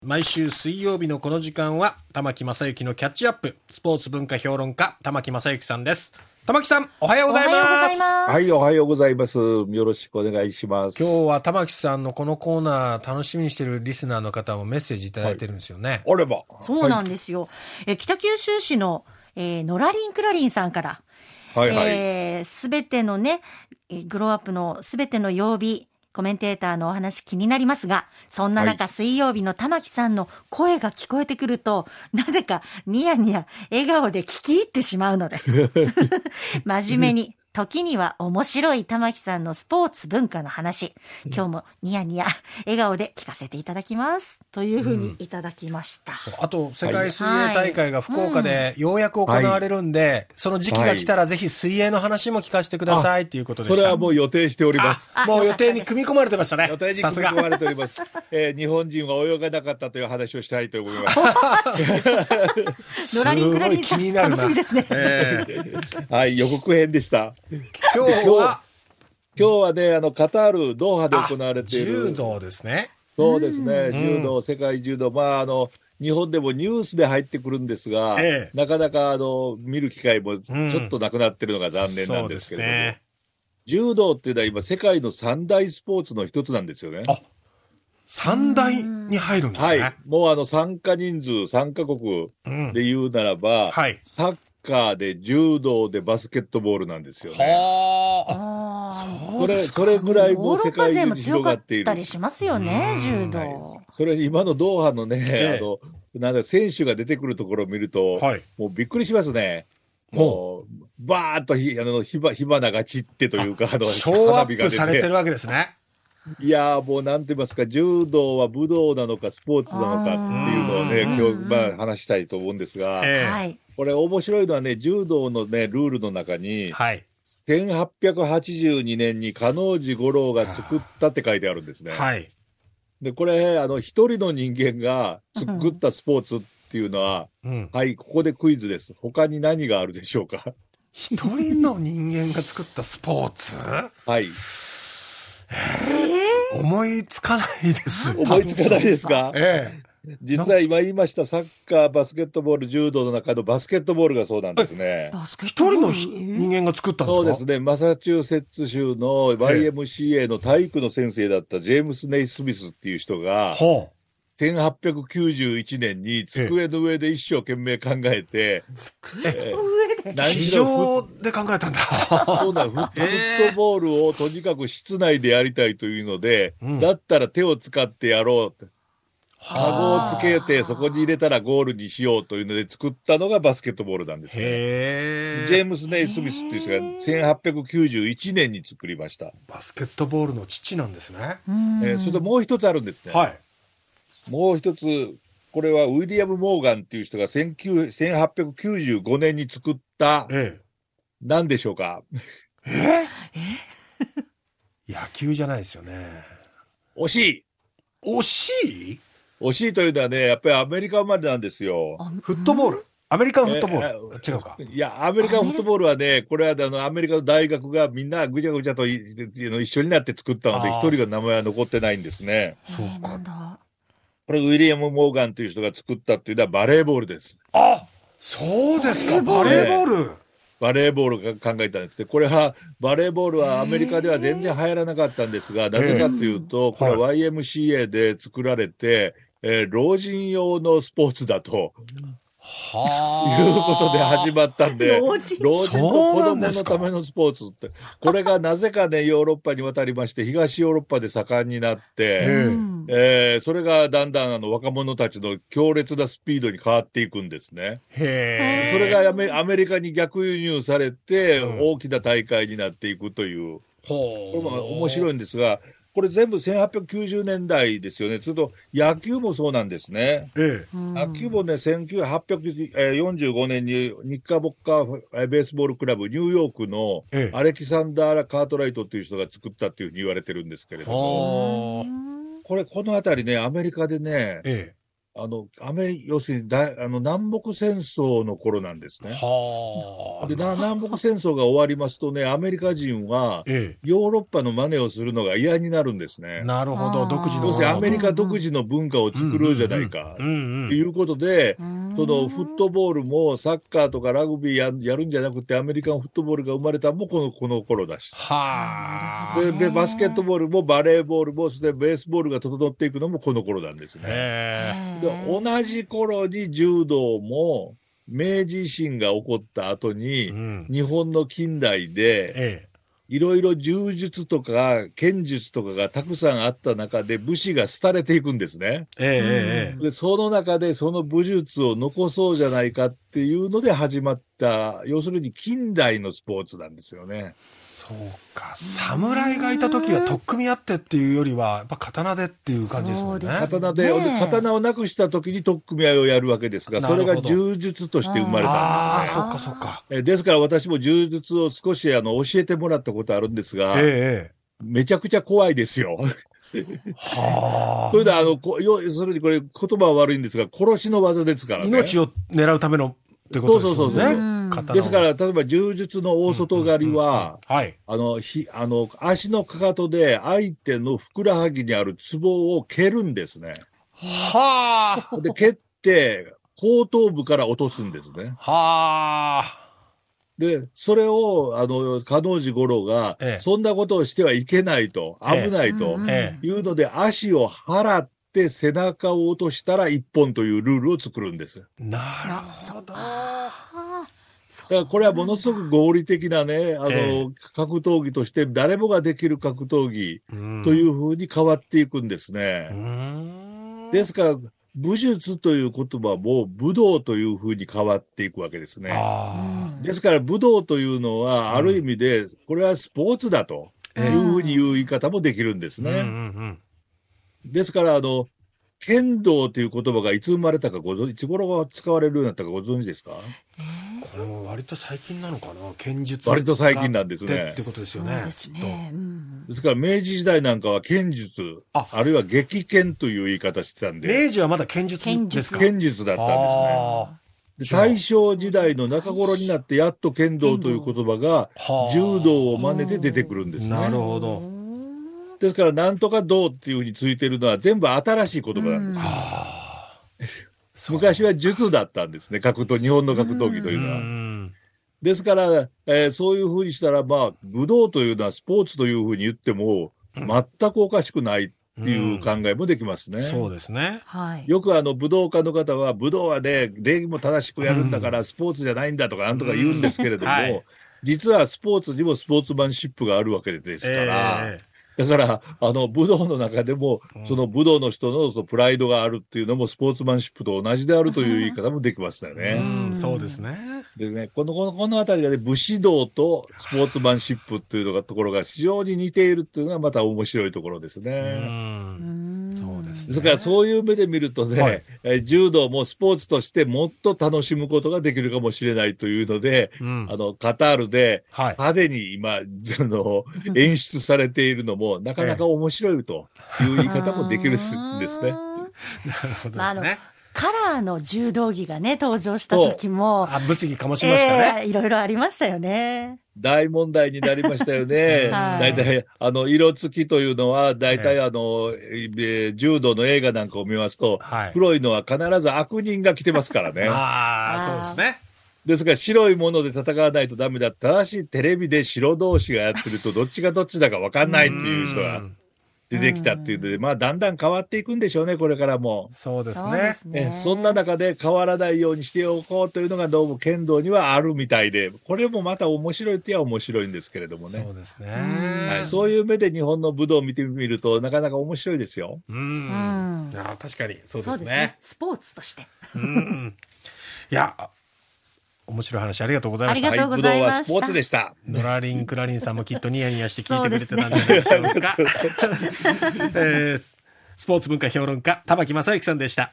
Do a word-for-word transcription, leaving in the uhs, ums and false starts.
毎週水曜日のこの時間は玉木正之のキャッチアップ、スポーツ文化評論家玉木正之さんです。玉木さん、おはようございます。 はい、おはようございます。よろしくお願いします。 今日は玉木さんのこのコーナー楽しみにしているリスナーの方もメッセージいただいてるんですよね。 はい、あれば。 そうなんですよ。はい、え北九州市の、えー、のらりんくらりんさんから、 はいはい、 えー、すべてのね、グローアップのすべての曜日、コメンテーターのお話気になりますが、そんな中、はい、水曜日の玉木さんの声が聞こえてくると、なぜかニヤニヤ笑顔で聞き入ってしまうのです。真面目に、時には面白い玉木さんのスポーツ文化の話、今日もニヤニヤ笑顔で聞かせていただきます。というふうにいただきました。 うん、そうあと、世界水泳大会が福岡でようやく行われるんで、はい、その時期が来たらぜひ水泳の話も聞かせてくださいということでした。 それはもう予定しております。 もう予定に組み込まれてましたね。 予定に組み込まれております。えー、日本人は泳がなかったという話をしたいと思います。 のらりんくらりんさん、楽しみですね。 えー、はい、予告編でした。 今日は今日はね、あのカタールドーハで行われている柔道ですね。 そうですね、柔道、世界柔道、まああの日本でもニュースで入ってくるんですが、ええ、なかなかあの見る機会もちょっとなくなってるのが残念なんですけれども、うんね、柔道っていうのは今世界の三大スポーツの一つなんですよね。 あ、三大に入るんですね。 はい、もうあの参加人数さんカ国で言うならば、うんはい、サッカーで柔道でバスケットボールなんですよね。はあ、それそれぐらいもう世界中に広がっている。ヨーロッパ勢も強かったりしますよね、柔道。はい、 それ今のドーハのね、ええ、あのなんか選手が出てくるところを見ると、はい、もうびっくりしますね。もうバーッとひあの火花火花が散ってというか、あのショーアップされてるわけですね。 いやーもうなんて言いますか、柔道は武道なのかスポーツなのかっていうのをね、今日まあ話したいと思うんですが、えー、これ面白いのはね、柔道のねルールの中に、はい、せんはっぴゃくはちじゅうにねんに嘉納治五郎が作ったって書いてあるんですね。はい、でこれあの一人の人間が作ったスポーツっていうのは、うん、はいここでクイズです。他に何があるでしょうか。 一人の人間が作ったスポーツはい。えー、思いつかないです。 思いつかないですか。ええ、実は今言いましたサッカー、バスケットボール、柔道の中のバスケットボールがそうなんですね。 一人の人間が作ったんですか。 そうですね。マサチューセッツ州の ワイエムシーエー の体育の先生だったジェームス・ネイスミスっていう人が、せんはっぴゃくきゅうじゅういちねんに机の上で一生懸命考えて、 机の上で地上で考えたんだ。 そうだ、フットボールをとにかく室内でやりたいというので、うん、だったら手を使ってやろうって。カゴをつけてそこに入れたらゴールにしようというので作ったのがバスケットボールなんですね。へー。ジェームス・ネイスミスっていう人がせんはっぴゃくきゅうじゅういちねんに作りました。 バスケットボールの父なんですね。 えー、それともう一つあるんですね。はい。もう一つ、これはウィリアム・モーガンっていう人がせんはっぴゃくきゅうじゅうごねんに作った、ええ、何でしょうか。 ええ野球じゃないですよね。 惜しい。 惜しい惜しいというのはね、やっぱりアメリカ生まれなんですよ。 フットボール。アメリカンフットボール、えー、違うか。 いや、アメリカンフットボールはね、これはあのアメリカの大学がみんなぐちゃぐちゃと一緒になって作ったので、一人が名前は残ってないんですね。 そうか。 これウィリアム・モーガンという人が作ったっていうのはバレーボールです。 あ、そうですか、バレーボール。ね、 バレーボールが考えたんです。これは、バレーボールはアメリカでは全然流行らなかったんですが、なぜかというと、これは ワイエムシーエー で作られて、えー、老人用のスポーツだと。はあ、いうことで始まったんで、老人と子供のためのスポーツって、これがなぜかね、ヨーロッパに渡りまして、東ヨーロッパで盛んになって、えー、それがだんだんあの若者たちの強烈なスピードに変わっていくんですね。へー。それがアメ、アメリカに逆輸入されて、大きな大会になっていくという、これも面白いんですが、これ全部せんはっぴゃくきゅうじゅうねんだいですよね。それと野球もそうなんですね。ええ、野球もね、せんはっぴゃくよんじゅうごねんに日課ボッカーベースボールクラブニューヨークのアレキサンダー・カートライトっていう人が作ったっていうふうに言われてるんですけれども、これこのあたりね、アメリカでね、ええ、ああの、アメリ、要するにだ、あの、南北戦争の頃なんですね。 はあ。 で、な南北戦争が終わりますとね、アメリカ人は、 えヨーロッパの真似をするのが嫌になるんですね。 なるほど、独自の。 要するにアメリカ独自の文化を作ろうじゃないか。ということで、そのフットボールもサッカーとかラグビーや、やるんじゃなくて、アメリカンフットボールが生まれたのもこの、この頃だし。 はあ。で、で、バスケットボールもバレーボールも、そしてベースボールが整っていくのもこの頃なんですね。 へで、同じ頃に柔道も、明治維新が起こった後に、うん、日本の近代で、ええ、いろいろ柔術とか剣術とかがたくさんあった中で武士が廃れていくんですね。ええ、でその中でその武術を残そうじゃないかっていうので始まった、要するに近代のスポーツなんですよね。 そうか、侍がいた時は取っ組み合ってっていうよりはやっぱ刀でっていう感じですもんね。 刀で、ね、刀をなくした時に取っ組み合いをやるわけですが、それが柔術として生まれたんですね。 ああ、そっかそっか。 えですから私も柔術を少しあの教えてもらったことあるんですが、ええ、めちゃくちゃ怖いですよ。はあ。それであの、要するにこれ言葉は悪いんですが、殺しの技ですからね。 命を狙うためのってことですよね。そうそうそう。 ですから、例えば柔術の大外刈りは、あの、ひ、あの、足のかかとで相手のふくらはぎにあるツボを蹴るんですね。はあ。で、蹴って、後頭部から落とすんですね。はあ。で、それを、あの、加納治五郎が、ええ、そんなことをしてはいけないと、危ないと、ええ、いうので、足を払って、背中を落としたら一本というルールを作るんです。 なるほど。 だからこれはものすごく合理的なね、あの、えー、格闘技として誰もができる格闘技というふうに変わっていくんですね。ですから、武術という言葉も武道というふうに変わっていくわけですね。ですから武道というのはある意味で、これはスポーツだというふうに言う言い方もできるんですね。ですから、あの、剣道という言葉がいつ生まれたかご存知、いつ頃が使われるようになったかご存知ですか？ これも割と最近なのかな、剣術割と最近なんですね。 ってことですよね。 ですね。うん、 ですから明治時代なんかは剣術、あ, あるいは撃剣という言い方してたんで。 明治はまだ剣術ですか？ 剣術だったんですね。で大正時代の中頃になってやっと剣道という言葉が柔道を真似て出てくるんですね。 なるほど。 ですから、なんとか道っていうふうについてるのは全部新しい言葉なんですよ。昔は術だったんですね、格闘、日本の格闘技というのは。ですから、えー、そういうふうにしたら、まあ、武道というのはスポーツというふうに言っても、全くおかしくないっていう考えもできますね。 うん、そうですね。 よくあの、武道家の方は、武道はね、礼儀も正しくやるんだから、スポーツじゃないんだとかなんとか言うんですけれども、うんはい、実はスポーツにもスポーツマンシップがあるわけですから、えーだから、あの、武道の中でも、その武道の人のそのプライドがあるっていうのもスポーツマンシップと同じであるという言い方もできましたよね。 うん、そうですね。 でね、この、この、このあたりがね、武士道とスポーツマンシップっていうのが、ところが非常に似ているっていうのがまた面白いところですね。うんそうですね。ですからそういう目で見るとね、はい、え柔道もスポーツとしてもっと楽しむことができるかもしれないというので、うん、あの、カタールで派手に今、はい、あの、演出されているのもなかなか面白いという言い方もできるんですね。 なるほどですね。 カラーの柔道着がね、登場した時も。 あ、物議かもしましたね。 えー、いろいろありましたよね。 大問題になりましたよね。だいたい、あの、色付きというのは、だいたいあの、えー、柔道の映画なんかを見ますと、はい、黒いのは必ず悪人が着てますからね。 ああ、そうですね。 ですから白いもので戦わないとダメだ。ただしテレビで白同士がやってるとどっちがどっちだか分かんないっていう人が出てきたっていうので、まあだんだん変わっていくんでしょうね、これからも。 そうですね。 えそんな中で変わらないようにしておこうというのがどうも剣道にはあるみたいで、これもまた面白いっては面白いんですけれどもね。 そうですね。 はい、そういう目で日本の武道を見てみるとなかなか面白いですよ。 うん。うんあ確かにそうですね。そうですね。 スポーツとして。 うんいや。面白い話ありがとうございました。 ありがとうございました。 はい、武道はスポーツでした。 ドラリンクラリンさんもきっとニヤニヤして聞いてくれてたんじゃないでしょうか。えー、スポーツ文化評論家玉木正之さんでした。